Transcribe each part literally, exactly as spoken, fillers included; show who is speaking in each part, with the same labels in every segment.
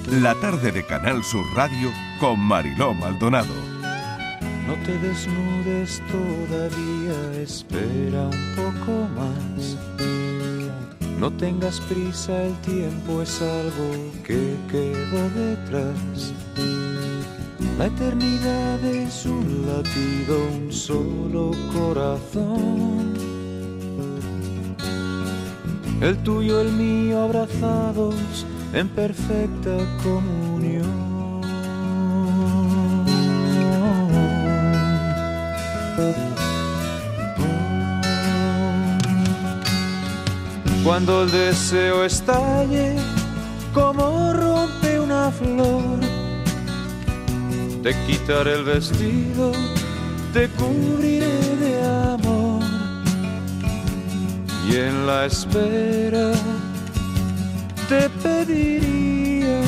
Speaker 1: La tarde de Canal Sur Radio con Mariló Maldonado.
Speaker 2: No te desnudes todavía, espera un poco más. No tengas prisa, el tiempo es algo que quedó detrás. La eternidad es un latido, un solo corazón. El tuyo, el mío, abrazados en perfecta comunión. Cuando el deseo estalle, como rompe una flor, te quitaré el vestido, te cubriré de amor, y en la espera te pediría: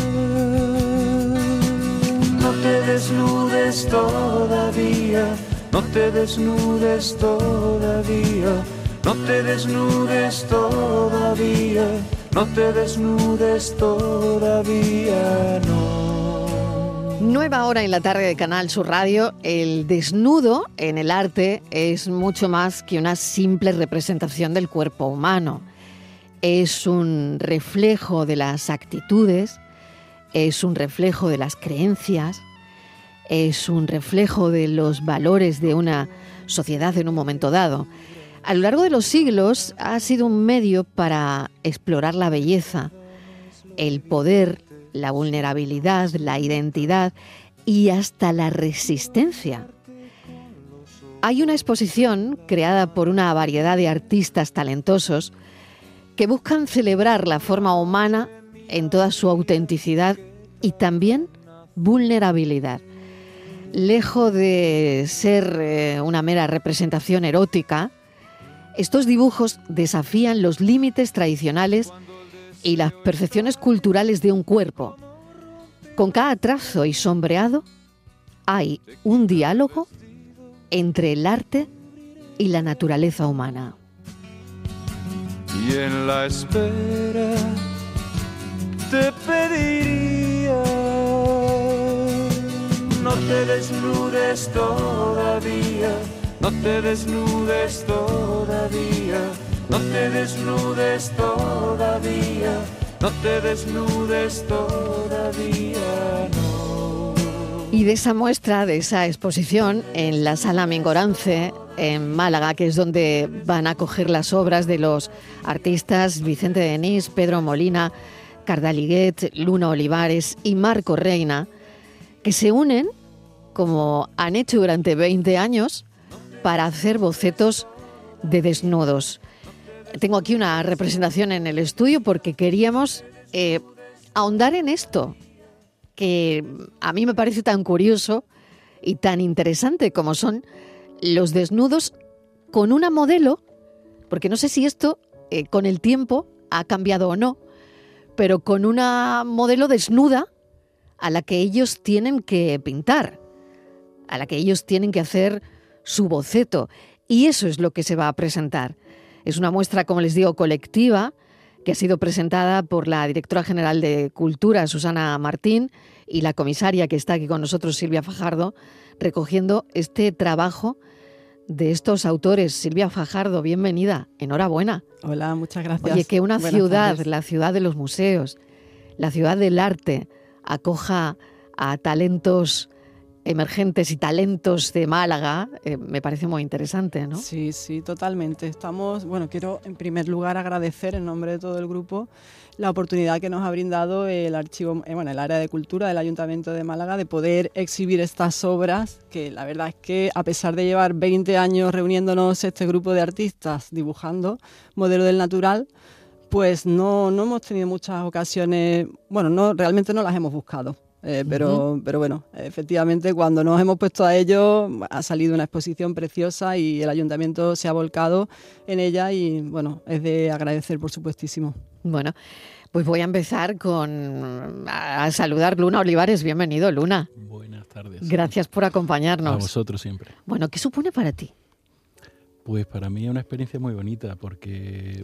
Speaker 2: no te desnudes todavía, no te desnudes todavía, no te desnudes todavía, no te desnudes todavía, no.
Speaker 3: Nueva hora en la tarde de Canal Sur Radio. El desnudo en el arte es mucho más que una simple representación del cuerpo humano. Es un reflejo de las actitudes, es un reflejo de las creencias, es un reflejo de los valores de una sociedad en un momento dado. A lo largo de los siglos ha sido un medio para explorar la belleza, el poder, la vulnerabilidad, la identidad y hasta la resistencia. Hay una exposición creada por una variedad de artistas talentosos que buscan celebrar la forma humana en toda su autenticidad y también vulnerabilidad. Lejos de ser eh, una mera representación erótica, estos dibujos desafían los límites tradicionales y las percepciones culturales de un cuerpo. Con cada trazo y sombreado hay un diálogo entre el arte y la naturaleza humana.
Speaker 2: Y en la espera te pediría: no te desnudes todavía, no te desnudes todavía, no te desnudes todavía, no te desnudes todavía, no.
Speaker 3: Y de esa muestra, de esa exposición en la Sala Mingorance, en Málaga, que es donde van a coger las obras de los artistas Vicente Denis, Pedro Molina, Cardaliguet, Luna Olivares y Marco Reina, que se unen, como han hecho durante veinte años, para hacer bocetos de desnudos. Tengo aquí una representación en el estudio porque queríamos eh, ahondar en esto, que a mí me parece tan curioso y tan interesante como son los desnudos con una modelo, porque no sé si esto eh, con el tiempo ha cambiado o no, pero con una modelo desnuda a la que ellos tienen que pintar, a la que ellos tienen que hacer su boceto, y eso es lo que se va a presentar. Es una muestra, como les digo, colectiva, que ha sido presentada por la directora general de Cultura, Susana Martín, y la comisaria que está aquí con nosotros, Silvia Fajardo, recogiendo este trabajo de estos autores. Silvia Fajardo, bienvenida, enhorabuena.
Speaker 4: Hola, muchas gracias.
Speaker 3: Oye, que una
Speaker 4: Buenas
Speaker 3: ciudad,
Speaker 4: tardes.
Speaker 3: la ciudad de los museos, la ciudad del arte, acoja a talentos emergentes y talentos de Málaga, eh, me parece muy interesante, ¿no?
Speaker 4: Sí, sí, totalmente. Estamos, bueno, quiero en primer lugar agradecer en nombre de todo el grupo la oportunidad que nos ha brindado el archivo, eh, bueno, el área de cultura del Ayuntamiento de Málaga de poder exhibir estas obras, que la verdad es que a pesar de llevar veinte años reuniéndonos este grupo de artistas dibujando modelo del natural, pues no, no hemos tenido muchas ocasiones, bueno, no, realmente no las hemos buscado. Eh, pero, uh-huh. pero bueno, efectivamente cuando nos hemos puesto a ello ha salido una exposición preciosa y el ayuntamiento se ha volcado en ella y bueno, es de agradecer por supuestísimo.
Speaker 3: Bueno, pues voy a empezar con a saludar Luna Olivares. Bienvenido, Luna.
Speaker 5: Buenas tardes.
Speaker 3: Gracias por acompañarnos.
Speaker 5: A vosotros siempre.
Speaker 3: Bueno, ¿qué supone para ti?
Speaker 5: Pues para mí es una experiencia muy bonita porque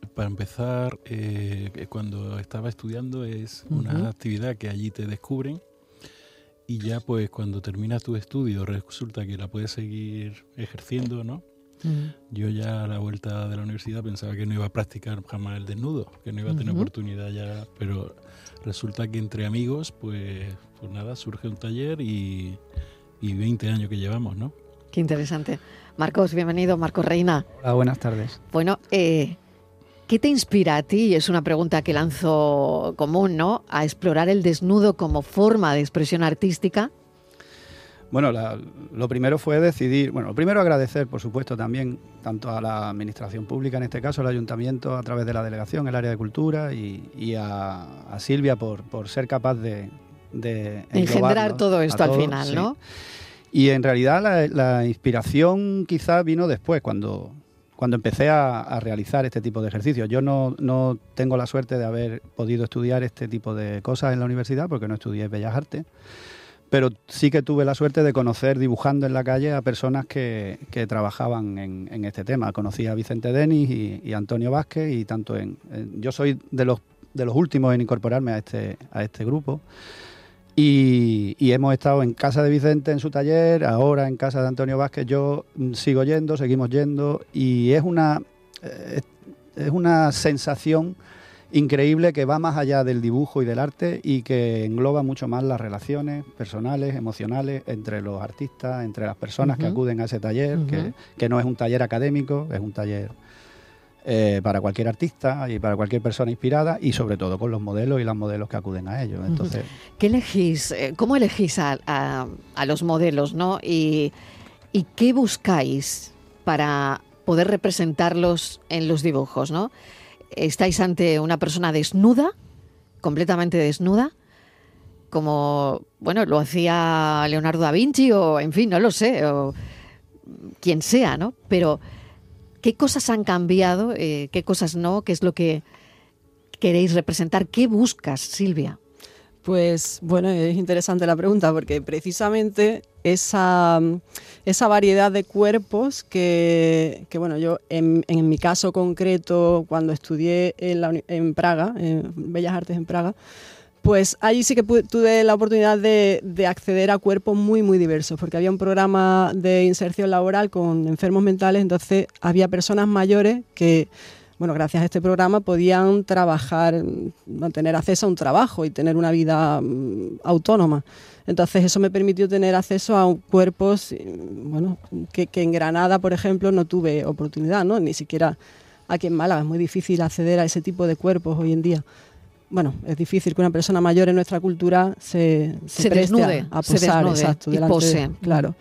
Speaker 5: para empezar, eh, cuando estaba estudiando es una uh-huh. actividad que allí te descubren y ya pues cuando terminas tu estudio resulta que la puedes seguir ejerciendo, ¿no? Uh-huh. Yo ya a la vuelta de la universidad pensaba que no iba a practicar jamás el desnudo, que no iba a tener uh-huh. oportunidad ya, pero resulta que entre amigos pues, pues nada, surge un taller y, y veinte años que llevamos, ¿no?
Speaker 3: Qué interesante. Marcos, bienvenido, Marcos Reina.
Speaker 6: Hola, buenas tardes.
Speaker 3: Bueno, eh, ¿qué te inspira a ti? Es una pregunta que lanzo común, ¿no? A explorar el desnudo como forma de expresión artística.
Speaker 6: Bueno, la, lo primero fue decidir, bueno, lo primero agradecer, por supuesto, también tanto a la administración pública, en este caso el ayuntamiento, a través de la delegación, el área de cultura, y, y a, a Silvia por, por ser capaz de, de
Speaker 3: engendrar todo esto al todo, final, sí. ¿no?
Speaker 6: Y en realidad la, la inspiración quizás vino después, cuando, cuando empecé a, a realizar este tipo de ejercicios. Yo no, no tengo la suerte de haber podido estudiar este tipo de cosas en la universidad, porque no estudié Bellas Artes, pero sí que tuve la suerte de conocer dibujando en la calle a personas que, que trabajaban en, en este tema. Conocí a Vicente Denis y, y Antonio Vázquez, y tanto en, en yo soy de los, de los últimos en incorporarme a este, a este grupo. Y, y hemos estado en casa de Vicente en su taller, ahora en casa de Antonio Vázquez. Yo sigo yendo, seguimos yendo, y es una, es, es una sensación increíble que va más allá del dibujo y del arte y que engloba mucho más las relaciones personales, emocionales entre los artistas, entre las personas uh-huh. que acuden a ese taller, uh-huh. que, que no es un taller académico, es un taller Eh, para cualquier artista y para cualquier persona inspirada, y sobre todo con los modelos y las modelos que acuden a ellos. Entonces,
Speaker 3: ¿qué elegís? ¿Cómo elegís a, a, a los modelos, ¿no? Y, y qué buscáis para poder representarlos en los dibujos, ¿no? ¿Estáis ante una persona desnuda, completamente desnuda, como bueno lo hacía Leonardo da Vinci, o en fin, no lo sé, o quien sea, ¿no? Pero ¿qué cosas han cambiado? Eh, ¿Qué cosas no? ¿Qué es lo que queréis representar? ¿Qué buscas, Silvia?
Speaker 4: Pues bueno, es interesante la pregunta, porque precisamente esa, esa variedad de cuerpos que, que bueno, yo en, en mi caso concreto, cuando estudié en, la, en Praga, en Bellas Artes en Praga, pues allí sí que pude, tuve la oportunidad de, de acceder a cuerpos muy, muy diversos, porque había un programa de inserción laboral con enfermos mentales, entonces había personas mayores que, bueno, gracias a este programa podían trabajar, tener acceso a un trabajo y tener una vida um, autónoma. Entonces eso me permitió tener acceso a cuerpos, bueno, que, que en Granada, por ejemplo, no tuve oportunidad, ¿no? Ni siquiera aquí en Málaga. Es muy difícil acceder a ese tipo de cuerpos hoy en día. Bueno, es difícil que una persona mayor en nuestra cultura se, se,
Speaker 3: se
Speaker 4: preste
Speaker 3: desnude,
Speaker 4: a, a posar,
Speaker 3: se desnude
Speaker 4: exacto,
Speaker 3: y pose.
Speaker 4: De, claro.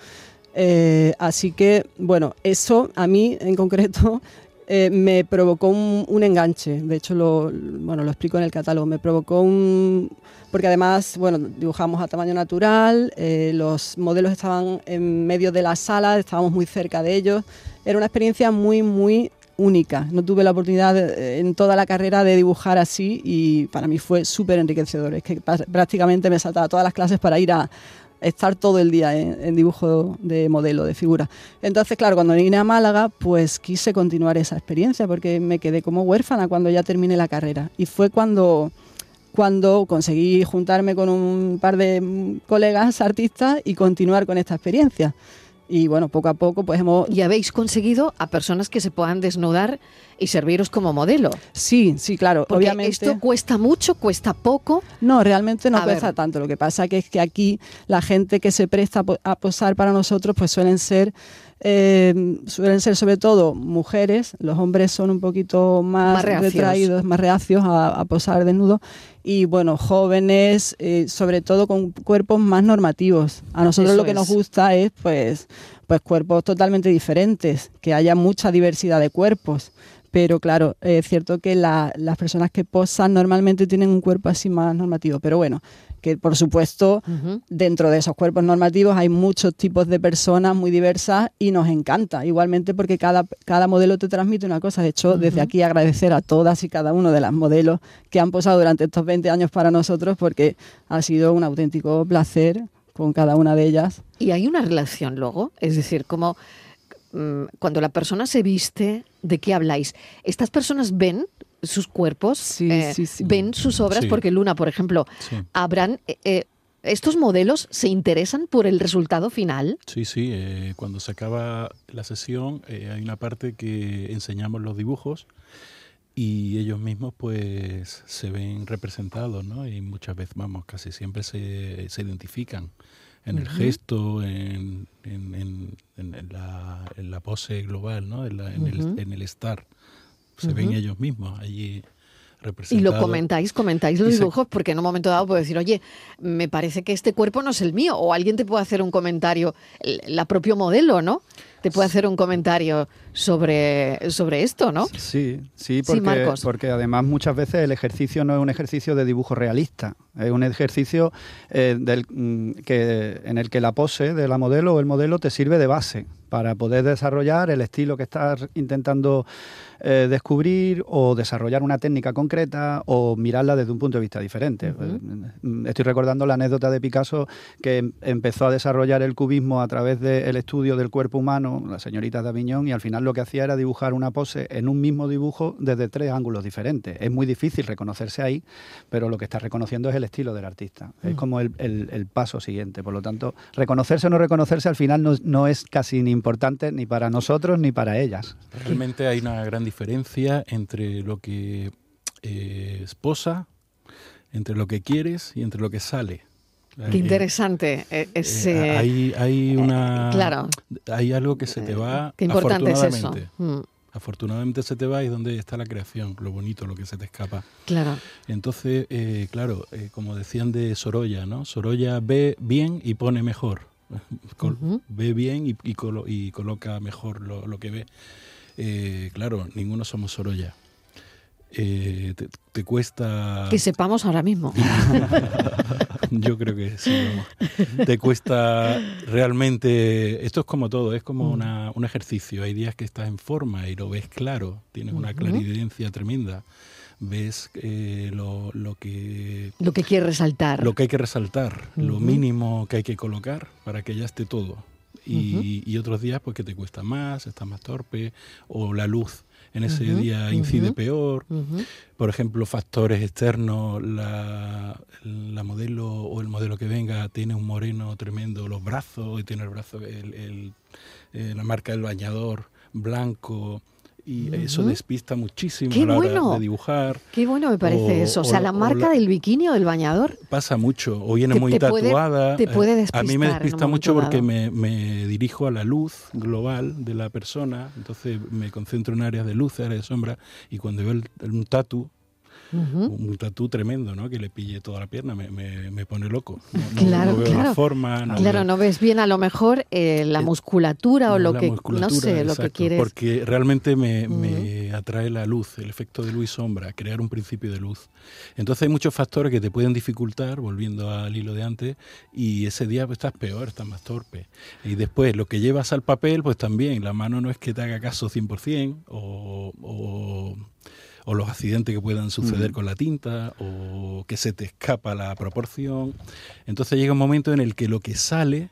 Speaker 4: Eh, así que, bueno, eso a mí en concreto eh, me provocó un, un enganche. De hecho, lo, bueno, lo explico en el catálogo. Me provocó un... Porque además, bueno, dibujamos a tamaño natural, eh, los modelos estaban en medio de la sala, estábamos muy cerca de ellos. Era una experiencia muy, muy única. No tuve la oportunidad de, en toda la carrera de dibujar así, y para mí fue súper enriquecedor. Es que prácticamente me saltaba todas las clases para ir a estar todo el día en, en dibujo de modelo, de figura. Entonces, claro, cuando vine a Málaga, pues quise continuar esa experiencia, porque me quedé como huérfana cuando ya terminé la carrera. Y fue cuando, cuando conseguí juntarme con un par de colegas artistas y continuar con esta experiencia. Y bueno, poco a poco pues hemos...
Speaker 3: ¿Y habéis conseguido a personas que se puedan desnudar y serviros como modelo?
Speaker 4: Sí, sí, claro.
Speaker 3: Porque
Speaker 4: obviamente
Speaker 3: ¿esto cuesta mucho, cuesta poco?
Speaker 4: No, realmente no
Speaker 3: a
Speaker 4: cuesta
Speaker 3: ver.
Speaker 4: tanto. Lo que pasa que es que aquí la gente que se presta a posar para nosotros pues suelen ser... Eh, suelen ser sobre todo mujeres. Los hombres son un poquito más,
Speaker 3: más reacios.
Speaker 4: retraídos, más reacios a, a posar desnudos, y bueno, jóvenes, eh, sobre todo con cuerpos más normativos. A nosotros
Speaker 3: Eso
Speaker 4: lo que
Speaker 3: es.
Speaker 4: nos gusta es pues, pues cuerpos totalmente diferentes, que haya mucha diversidad de cuerpos. Pero claro, es cierto que la, las personas que posan normalmente tienen un cuerpo así más normativo, pero bueno, que por supuesto uh-huh. dentro de esos cuerpos normativos hay muchos tipos de personas muy diversas, y nos encanta igualmente, porque cada, cada modelo te transmite una cosa. De hecho, uh-huh. desde aquí agradecer a todas y cada uno de las modelos que han posado durante estos veinte años para nosotros, porque ha sido un auténtico placer con cada una de ellas.
Speaker 3: ¿Y hay una relación luego? Es decir, como mmm, cuando la persona se viste, de qué habláis. ¿Estas personas ven sus cuerpos?
Speaker 4: Sí,
Speaker 3: eh,
Speaker 4: sí, sí.
Speaker 3: ¿Ven sus obras?
Speaker 5: Sí.
Speaker 3: Porque Luna, por ejemplo,
Speaker 5: Sí.
Speaker 3: habrán... Eh, ¿estos modelos se interesan por el resultado final?
Speaker 5: Sí, sí. Eh, cuando se acaba la sesión eh, hay una parte que enseñamos los dibujos y ellos mismos pues se ven representados, ¿no? Y muchas veces, vamos, casi siempre se, se identifican en el
Speaker 3: Ujú.
Speaker 5: gesto, en, en, en, en la, en la pose global, ¿no? En, la- en
Speaker 3: Ujú.
Speaker 5: el, en el estar. Se
Speaker 3: Ujú.
Speaker 5: ven ellos mismos allí
Speaker 3: Y
Speaker 5: representados.
Speaker 3: lo comentáis, comentáis los
Speaker 5: Y se-
Speaker 3: dibujos, porque en un momento dado puedo decir, oye, me parece que este cuerpo no es el mío, o alguien te puede hacer un comentario, el- la propio modelo, ¿no? Te puede hacer un comentario sobre, sobre esto, ¿no?
Speaker 6: Sí, sí, porque,
Speaker 3: Marcos.
Speaker 6: porque además muchas veces el ejercicio no es un ejercicio de dibujo realista, es un ejercicio eh, del, mm, que, en el que la pose de la modelo o el modelo te sirve de base para poder desarrollar el estilo que estás intentando eh, descubrir o desarrollar una técnica concreta o mirarla desde un punto de vista diferente.
Speaker 3: Ujú.
Speaker 6: Eh, Estoy recordando la anécdota de Picasso, que em- empezó a desarrollar el cubismo a través del estudio del cuerpo humano, la señorita d'Avignon, y al final lo que hacía era dibujar una pose en un mismo dibujo desde tres ángulos diferentes. Es muy difícil reconocerse ahí, pero lo que está reconociendo es el estilo del artista. Es
Speaker 3: Mm.
Speaker 6: como el, el- el paso siguiente. Por lo tanto, reconocerse o no reconocerse al final no, no es casi ni importante ni para nosotros ni para ellas.
Speaker 5: Realmente hay una gran diferencia entre lo que eh, es posa, entre lo que quieres y entre lo que sale.
Speaker 3: Qué
Speaker 5: Eh,
Speaker 3: interesante eh,
Speaker 5: eh,
Speaker 3: ese...
Speaker 5: hay, hay una
Speaker 3: claro.
Speaker 5: hay algo que se te va
Speaker 3: Qué importante es eso.
Speaker 5: afortunadamente.
Speaker 3: Mm,
Speaker 5: Afortunadamente se te va y es donde está la creación, lo bonito, lo que se te escapa.
Speaker 3: claro.
Speaker 5: Entonces, eh, claro, eh, como decían de Sorolla, ¿no? Sorolla ve bien y pone mejor. Col-
Speaker 3: Ujú.
Speaker 5: Ve bien y, y, colo- y coloca mejor lo, lo que ve. Eh, claro, ninguno somos Sorolla. Eh, te, te cuesta...
Speaker 3: Que sepamos ahora mismo.
Speaker 5: Yo creo que sí, vamos. Te cuesta realmente... Esto es como todo, es como
Speaker 3: Mm.
Speaker 5: una, un ejercicio. Hay días que estás en forma y lo ves claro, tienes una
Speaker 3: Ujú.
Speaker 5: clarividencia tremenda. Ves eh, lo, lo que
Speaker 3: Lo que quiere resaltar.
Speaker 5: lo que hay que resaltar, lo
Speaker 3: Ujú.
Speaker 5: mínimo que hay que colocar para que ya esté todo. Y, y otros días pues que te cuesta más, estás más torpe, o la luz en ese
Speaker 3: Ujú,
Speaker 5: día incide
Speaker 3: ujú.
Speaker 5: peor.
Speaker 3: Ujú.
Speaker 5: Por ejemplo, factores externos, la, la modelo o el modelo que venga tiene un moreno tremendo, los brazos, y tiene el brazo, el, el- eh, la marca del bañador blanco, y
Speaker 3: Ujú.
Speaker 5: eso despista muchísimo
Speaker 3: ¡Qué
Speaker 5: a la hora
Speaker 3: bueno!
Speaker 5: de dibujar.
Speaker 3: Qué bueno me parece
Speaker 5: O-
Speaker 3: eso. O
Speaker 5: o
Speaker 3: sea,
Speaker 5: la-
Speaker 3: la
Speaker 5: o
Speaker 3: marca
Speaker 5: la-
Speaker 3: del bikini o del bañador.
Speaker 5: Pasa mucho, o viene
Speaker 3: Te-
Speaker 5: muy
Speaker 3: te puede-
Speaker 5: tatuada.
Speaker 3: te puede
Speaker 5: Eh, A mí
Speaker 3: despistar
Speaker 5: me
Speaker 3: en
Speaker 5: despista
Speaker 3: un
Speaker 5: mucho
Speaker 3: momento
Speaker 5: porque
Speaker 3: dado.
Speaker 5: me, me dirijo a la luz global de la persona, entonces me concentro en áreas de luz, áreas de sombra, y cuando veo el- un tatu,
Speaker 3: Ujú.
Speaker 5: un tatú tremendo, ¿no? Que le pille toda la pierna, me, me, me pone loco. No, no-
Speaker 3: Claro,
Speaker 5: no veo
Speaker 3: claro.
Speaker 5: la forma. No
Speaker 3: Claro,
Speaker 5: veo-
Speaker 3: no ves bien a lo mejor eh, la
Speaker 5: Eh,
Speaker 3: musculatura o lo
Speaker 5: la
Speaker 3: que, no
Speaker 5: musculatura,
Speaker 3: sé, lo que
Speaker 5: exacto,
Speaker 3: quieres.
Speaker 5: Porque realmente me, me atrae la luz, el efecto de luz y sombra, crear un principio de luz. Entonces hay muchos factores que te pueden dificultar, volviendo al hilo de antes, y ese día pues, estás peor, estás más torpe. Y después lo que llevas al papel, pues también, la mano no es que te haga caso cien por ciento, o, o, o los accidentes que puedan suceder
Speaker 6: Mm.
Speaker 5: con la tinta, o que se te escapa la proporción. Entonces llega un momento en el que lo que sale,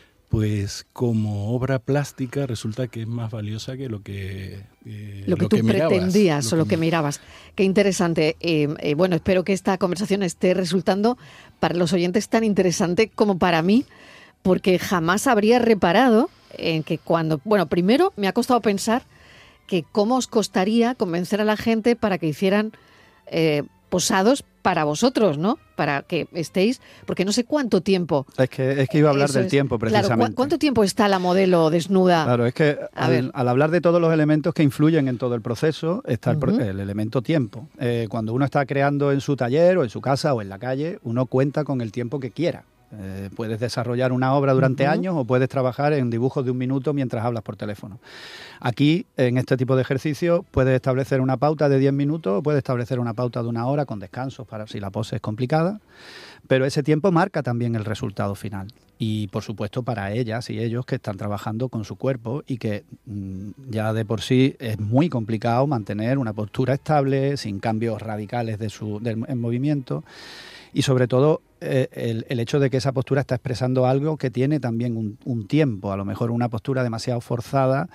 Speaker 5: pues como obra plástica resulta que es más valiosa que lo que eh,
Speaker 3: Lo que tú
Speaker 5: mirabas,
Speaker 3: pretendías o lo que
Speaker 5: mi-
Speaker 3: mirabas. Qué interesante. Eh, eh, bueno, espero que esta conversación esté resultando para los oyentes tan interesante como para mí, porque jamás habría reparado en que cuando... Bueno, primero me ha costado pensar que cómo os costaría convencer a la gente para que hicieran eh, posados para vosotros, ¿no? Para que estéis... Porque no sé cuánto tiempo...
Speaker 6: Es que, es que iba a hablar
Speaker 3: Eso
Speaker 6: del
Speaker 3: es.
Speaker 6: tiempo,
Speaker 3: Claro,
Speaker 6: precisamente.
Speaker 3: ¿cu- ¿cuánto tiempo está la modelo desnuda?
Speaker 6: Claro, es que
Speaker 3: A ver.
Speaker 6: al, al hablar de todos los elementos que influyen en todo el proceso, está el, pro-
Speaker 3: Ujú.
Speaker 6: el elemento tiempo. Eh, cuando uno está creando en su taller o en su casa o en la calle, uno cuenta con el tiempo que quiera. Eh, puedes desarrollar una obra durante
Speaker 3: Ujú.
Speaker 6: años o puedes trabajar en dibujos de un minuto mientras hablas por teléfono. Aquí, en este tipo de ejercicios, puedes establecer una pauta de diez minutos o puedes establecer una pauta de una hora con descansos para si la pose es complicada, pero ese tiempo marca también el resultado final. Y, por supuesto, para ellas y ellos que están trabajando con su cuerpo y que mmm, ya de por sí es muy complicado mantener una postura estable, sin cambios radicales de su, del en movimiento. Y sobre todo eh, el, el hecho de que esa postura está expresando algo que tiene también un, un tiempo, a lo mejor una postura demasiado forzada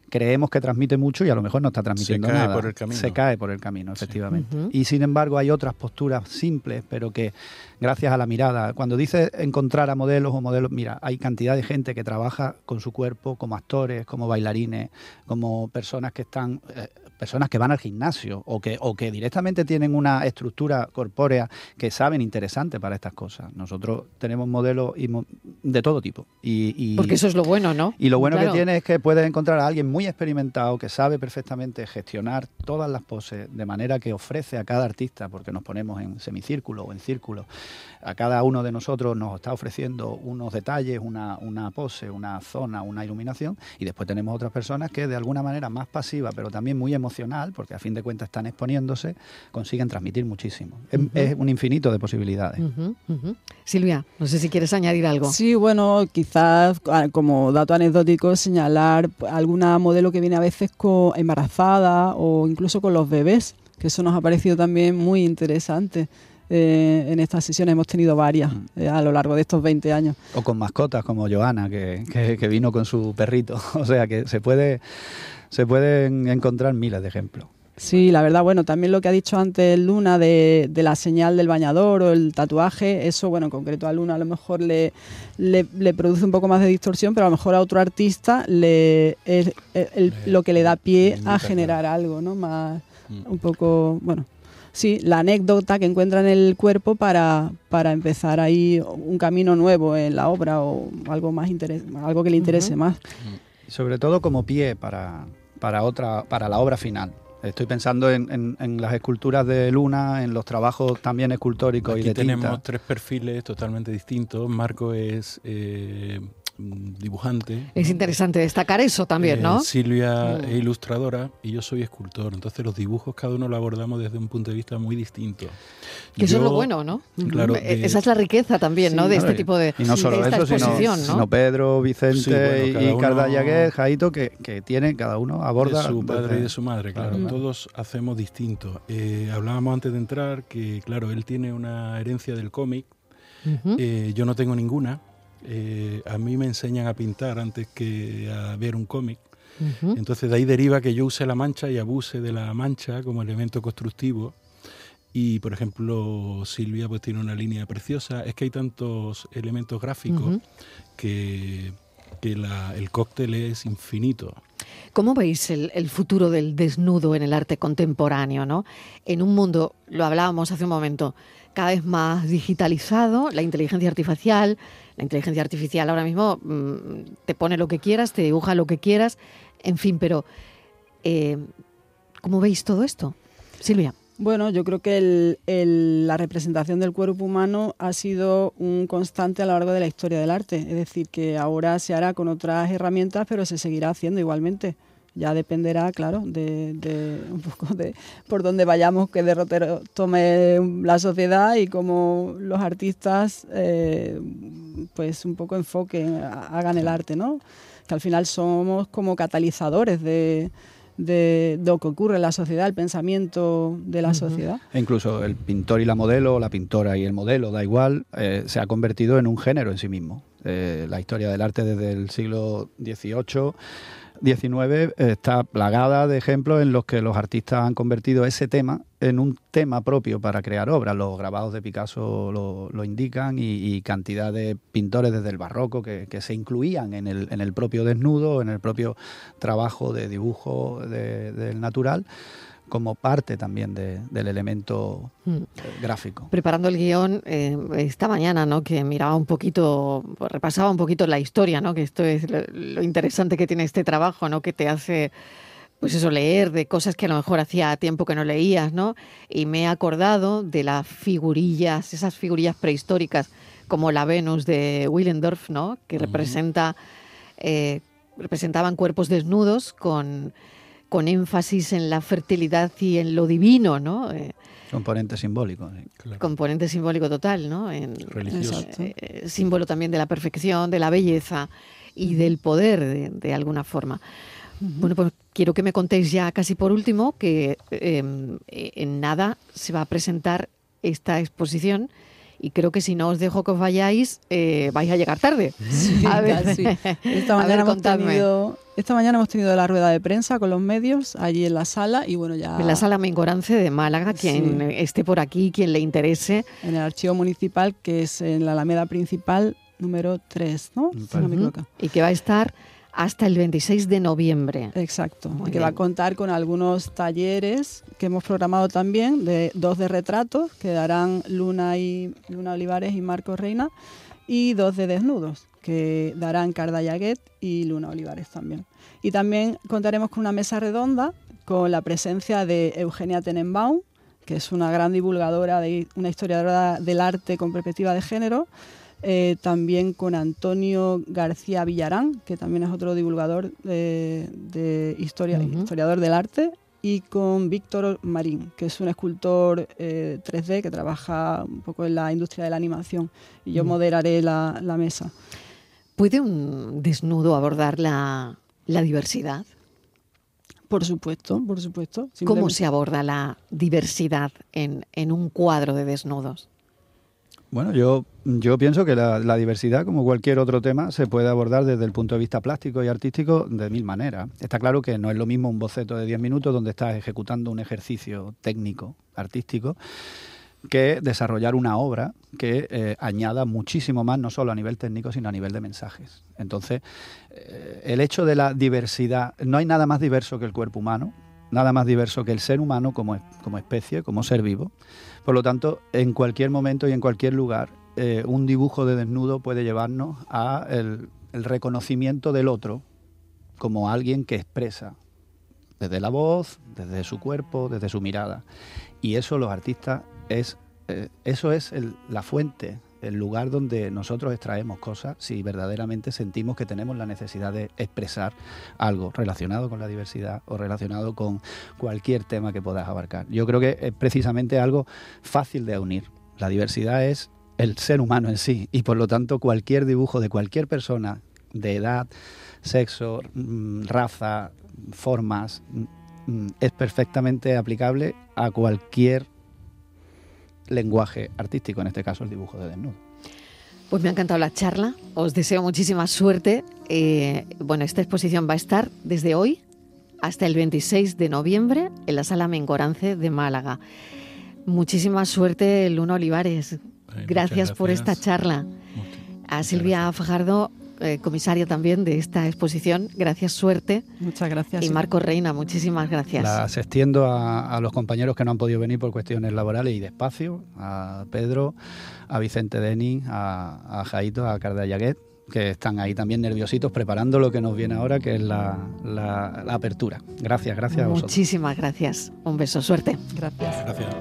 Speaker 6: creemos que transmite mucho y a lo mejor no está transmitiendo
Speaker 5: se cae
Speaker 6: nada.
Speaker 5: Por el camino.
Speaker 6: Se cae por el camino, efectivamente.
Speaker 3: Sí. Uh-huh.
Speaker 6: Y sin embargo hay otras posturas simples, pero que gracias a la mirada, cuando dice encontrar a modelos o modelos, mira, hay cantidad de gente que trabaja con su cuerpo como actores, como bailarines, como personas que están... Eh, personas que van al gimnasio o que, o que directamente tienen una estructura corpórea que saben interesante para estas cosas. Nosotros tenemos modelos y mo- de todo tipo. Y, y,
Speaker 3: Porque eso es lo bueno, ¿no?
Speaker 6: Y lo bueno
Speaker 3: claro.
Speaker 6: que tiene es que puedes encontrar a alguien muy experimentado que sabe perfectamente gestionar todas las poses de manera que ofrece a cada artista, porque nos ponemos en semicírculo o en círculo, a cada uno de nosotros nos está ofreciendo unos detalles, una, una pose, una zona, una iluminación, y después tenemos otras personas que de alguna manera más pasiva, pero también muy emocional, porque a fin de cuentas están exponiéndose, consiguen transmitir muchísimo. Uh-huh. Es, es un infinito de posibilidades.
Speaker 3: Uh-huh, uh-huh. Silvia, no sé si quieres añadir algo.
Speaker 4: Sí, bueno, quizás como dato anecdótico señalar alguna modelo que viene a veces con embarazada o incluso con los bebés, que eso nos ha parecido también muy interesante. Eh, en estas sesiones hemos tenido varias eh, a lo largo de estos veinte años.
Speaker 6: O con mascotas como Joana, que, que, que vino con su perrito. O sea que se puede, se pueden encontrar miles de ejemplos.
Speaker 4: Sí, la verdad, bueno, también lo que ha dicho antes Luna de, de la señal del bañador o el tatuaje, eso, bueno, en concreto a Luna a lo mejor le, le, le produce un poco más de distorsión, pero a lo mejor a otro artista le es el, el, lo que le da pie a generar algo, ¿no? Más, un poco, bueno... Sí, la anécdota que encuentra en el cuerpo para, para empezar ahí un camino nuevo en la obra o algo más interes- algo que le interese uh-huh. más.
Speaker 6: Sobre todo como pie para, para, otra, para la obra final. Estoy pensando en, en, en las esculturas de Luna, en los trabajos también escultóricos
Speaker 5: Aquí
Speaker 6: y de tinta.
Speaker 5: Tenemos tres perfiles totalmente distintos. Marco es... Eh, dibujante.
Speaker 3: Es interesante destacar eso también, ¿no?
Speaker 5: Eh, Silvia mm. es ilustradora y yo soy escultor. Entonces los dibujos cada uno lo abordamos desde un punto de vista muy distinto.
Speaker 3: Que yo, eso es lo bueno, ¿no?
Speaker 5: Claro, de,
Speaker 3: esa es la riqueza también, sí, ¿no? De
Speaker 6: claro,
Speaker 3: este tipo de
Speaker 6: y no solo
Speaker 3: de esta
Speaker 6: eso,
Speaker 3: exposición,
Speaker 6: sino,
Speaker 3: ¿no?
Speaker 6: sino Pedro, Vicente sí, bueno, y Cardallaguer, Jaito, que, que tienen, cada uno aborda...
Speaker 5: De su padre desde... y de su madre, claro.
Speaker 6: claro.
Speaker 5: Todos hacemos distinto. Eh, hablábamos antes de entrar que, claro, él tiene una herencia del cómic. Uh-huh. Eh, yo no tengo ninguna. Eh, a mí me enseñan a pintar antes que a ver un cómic. Uh-huh. Entonces de ahí deriva que yo use la mancha y abuse de la mancha como elemento constructivo. Y por ejemplo Silvia pues tiene una línea preciosa. Es que hay tantos elementos gráficos uh-huh. que, que la, el cóctel es infinito.
Speaker 3: ¿Cómo veis el, el futuro del desnudo en el arte contemporáneo, ¿no? En un mundo, lo hablábamos hace un momento, cada vez más digitalizado, la inteligencia artificial, la inteligencia artificial ahora mismo mmm, te pone lo que quieras, te dibuja lo que quieras, en fin, pero eh, ¿cómo veis todo esto? Silvia.
Speaker 4: Bueno, yo creo que el, el, la representación del cuerpo humano ha sido un constante a lo largo de la historia del arte. Es decir, que ahora se hará con otras herramientas, pero se seguirá haciendo igualmente. Ya dependerá, claro, de, de un poco de por dónde vayamos, qué derrotero tome la sociedad y cómo los artistas, eh, pues un poco enfoquen, hagan el arte, ¿no? Que al final somos como catalizadores de... De, de lo que ocurre en la sociedad, el pensamiento de la uh-huh. sociedad.
Speaker 6: E incluso el pintor y la modelo, la pintora y el modelo, da igual, eh, se ha convertido en un género en sí mismo. Eh, la historia del arte desde el siglo dieciocho, diecinueve eh, está plagada de ejemplos en los que los artistas han convertido ese tema en un tema propio para crear obras. Los grabados de Picasso lo, lo indican y, y cantidad de pintores desde el barroco que, que se incluían en el, en el propio desnudo, en el propio trabajo de dibujo de, del natural, como parte también de, del elemento mm. gráfico.
Speaker 3: Preparando el guión eh, esta mañana, ¿no? Que miraba un poquito, repasaba un poquito la historia, ¿no? Que esto es lo, lo interesante que tiene este trabajo, ¿no? Que te hace, pues eso, leer de cosas que a lo mejor hacía tiempo que no leías, ¿no? Y me he acordado de las figurillas, esas figurillas prehistóricas, como la Venus de Willendorf, ¿no? Que uh-huh. representa, eh, representaban cuerpos desnudos con... con énfasis en la fertilidad y en lo divino, ¿no? Eh,
Speaker 6: componente simbólico. Sí.
Speaker 3: Claro. Componente simbólico total, ¿no? En,
Speaker 5: religioso.
Speaker 3: Eh, eh, símbolo también de la perfección, de la belleza y del poder, de, de alguna forma. Uh-huh. Bueno, pues quiero que me contéis ya casi por último que eh, en nada se va a presentar esta exposición. Y creo que si no os dejo que os vayáis, eh, vais a llegar tarde.
Speaker 4: Sí,
Speaker 3: a ver,
Speaker 4: sí. Esta mañana hemos tenido, esta mañana hemos tenido la rueda de prensa con los medios allí en la sala y bueno, ya...
Speaker 3: En la sala Mengorance de Málaga, quien
Speaker 4: Sí.
Speaker 3: esté por aquí, quien le interese.
Speaker 4: En el archivo municipal, que es en la Alameda Principal número tres, ¿no? Si no me
Speaker 3: Ujú.
Speaker 4: equivoco.
Speaker 3: Y que va a estar hasta el veintiséis de noviembre.
Speaker 4: Exacto,
Speaker 3: Muy
Speaker 4: y que
Speaker 3: bien.
Speaker 4: va a contar con algunos talleres que hemos programado también, de dos de retratos, que darán Luna, y, Luna Olivares y Marcos Reina, y dos de desnudos, que darán Carda Yaguet y Luna Olivares también. Y también contaremos con una mesa redonda con la presencia de Eugenia Tenenbaum, que es una gran divulgadora, de, una historiadora del arte con perspectiva de género, eh, también con Antonio García Villarán, que también es otro divulgador de, de historia,
Speaker 3: Ujú.
Speaker 4: historiador del arte, y con Víctor Marín, que es un escultor eh, tres D que trabaja un poco en la industria de la animación, y yo
Speaker 3: Mm.
Speaker 4: moderaré la, la mesa.
Speaker 3: ¿Puede un desnudo abordar la, la diversidad?
Speaker 4: Por supuesto, por supuesto.
Speaker 3: ¿Cómo
Speaker 4: Simplemente-
Speaker 3: se aborda la diversidad en, en un cuadro de desnudos?
Speaker 6: Bueno, yo, yo pienso que la, la diversidad, como cualquier otro tema, se puede abordar desde el punto de vista plástico y artístico de mil maneras. Está claro que no es lo mismo un boceto de diez minutos donde estás ejecutando un ejercicio técnico, artístico, que desarrollar una obra que eh, añada muchísimo más, no solo a nivel técnico, sino a nivel de mensajes. Entonces, eh, el hecho de la diversidad, no hay nada más diverso que el cuerpo humano, nada más diverso que el ser humano como, como especie, como ser vivo. Por lo tanto, en cualquier momento y en cualquier lugar, eh, un dibujo de desnudo puede llevarnos a el, el reconocimiento del otro como alguien que expresa desde la voz, desde su cuerpo, desde su mirada. Y eso los artistas es, eh, eso es el, la fuente, el lugar donde nosotros extraemos cosas si verdaderamente sentimos que tenemos la necesidad de expresar algo relacionado con la diversidad o relacionado con cualquier tema que puedas abarcar. Yo creo que es precisamente algo fácil de unir. La diversidad es el ser humano en sí y por lo tanto cualquier dibujo de cualquier persona de edad, sexo, mm, raza, formas, mm, es perfectamente aplicable a cualquier lenguaje artístico, en este caso el dibujo de desnudo.
Speaker 3: Pues me ha encantado la charla, os deseo muchísima suerte. Eh, bueno, esta exposición va a estar desde hoy hasta el veintiséis de noviembre en la Sala Mengorance de Málaga. Muchísima suerte, Luna Olivares.
Speaker 5: Ay,
Speaker 3: Gracias
Speaker 5: muchas
Speaker 3: por esta
Speaker 5: gracias.
Speaker 3: charla.
Speaker 5: Muchas-
Speaker 3: A
Speaker 5: muchas
Speaker 3: Silvia
Speaker 5: gracias.
Speaker 3: Fajardo, eh, comisaria también de esta exposición, gracias, suerte.
Speaker 4: Muchas gracias.
Speaker 3: Y Marcos Reina, muchísimas gracias.
Speaker 6: Las extiendo a, a los compañeros que no han podido venir por cuestiones laborales y de espacio, a Pedro, a Vicente Denis, a, a Jaito, a Carda Yaguet, que están ahí también nerviositos preparando lo que nos viene ahora, que es la, la- la apertura. Gracias, gracias a vosotros.
Speaker 3: Muchísimas gracias. Un beso, suerte.
Speaker 4: Gracias.
Speaker 5: Gracias.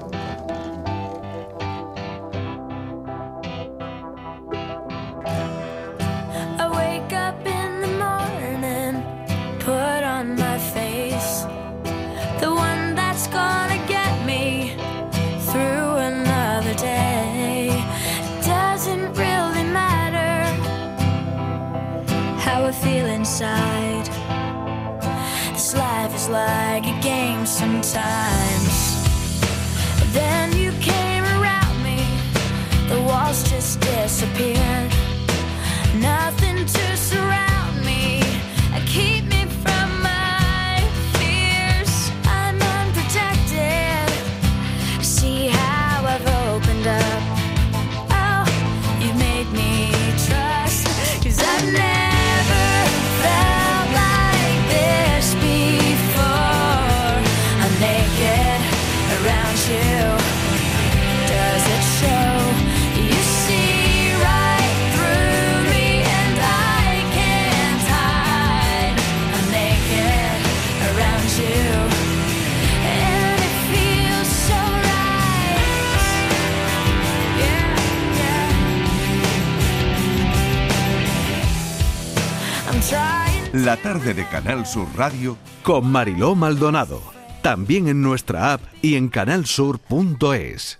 Speaker 7: I wake up in the morning, put on my face, the one that's gonna get me through another day. Doesn't really matter how I feel inside. This life is like a game sometimes. Then you came around me, the walls just disappeared. Nothing to surround me, keep me from my fears. I'm unprotected. See how I've opened up. Oh, you made me trust. 'Cause I've never felt like this before. I'm naked around you. Does it show? You see right through me and I can't hide. I'm naked around you and it feels so right. Yeah, yeah. I'm trying.
Speaker 1: La tarde de Canal Sur Radio
Speaker 8: Con Mariló Maldonado. También en nuestra app y en canal sur punto es.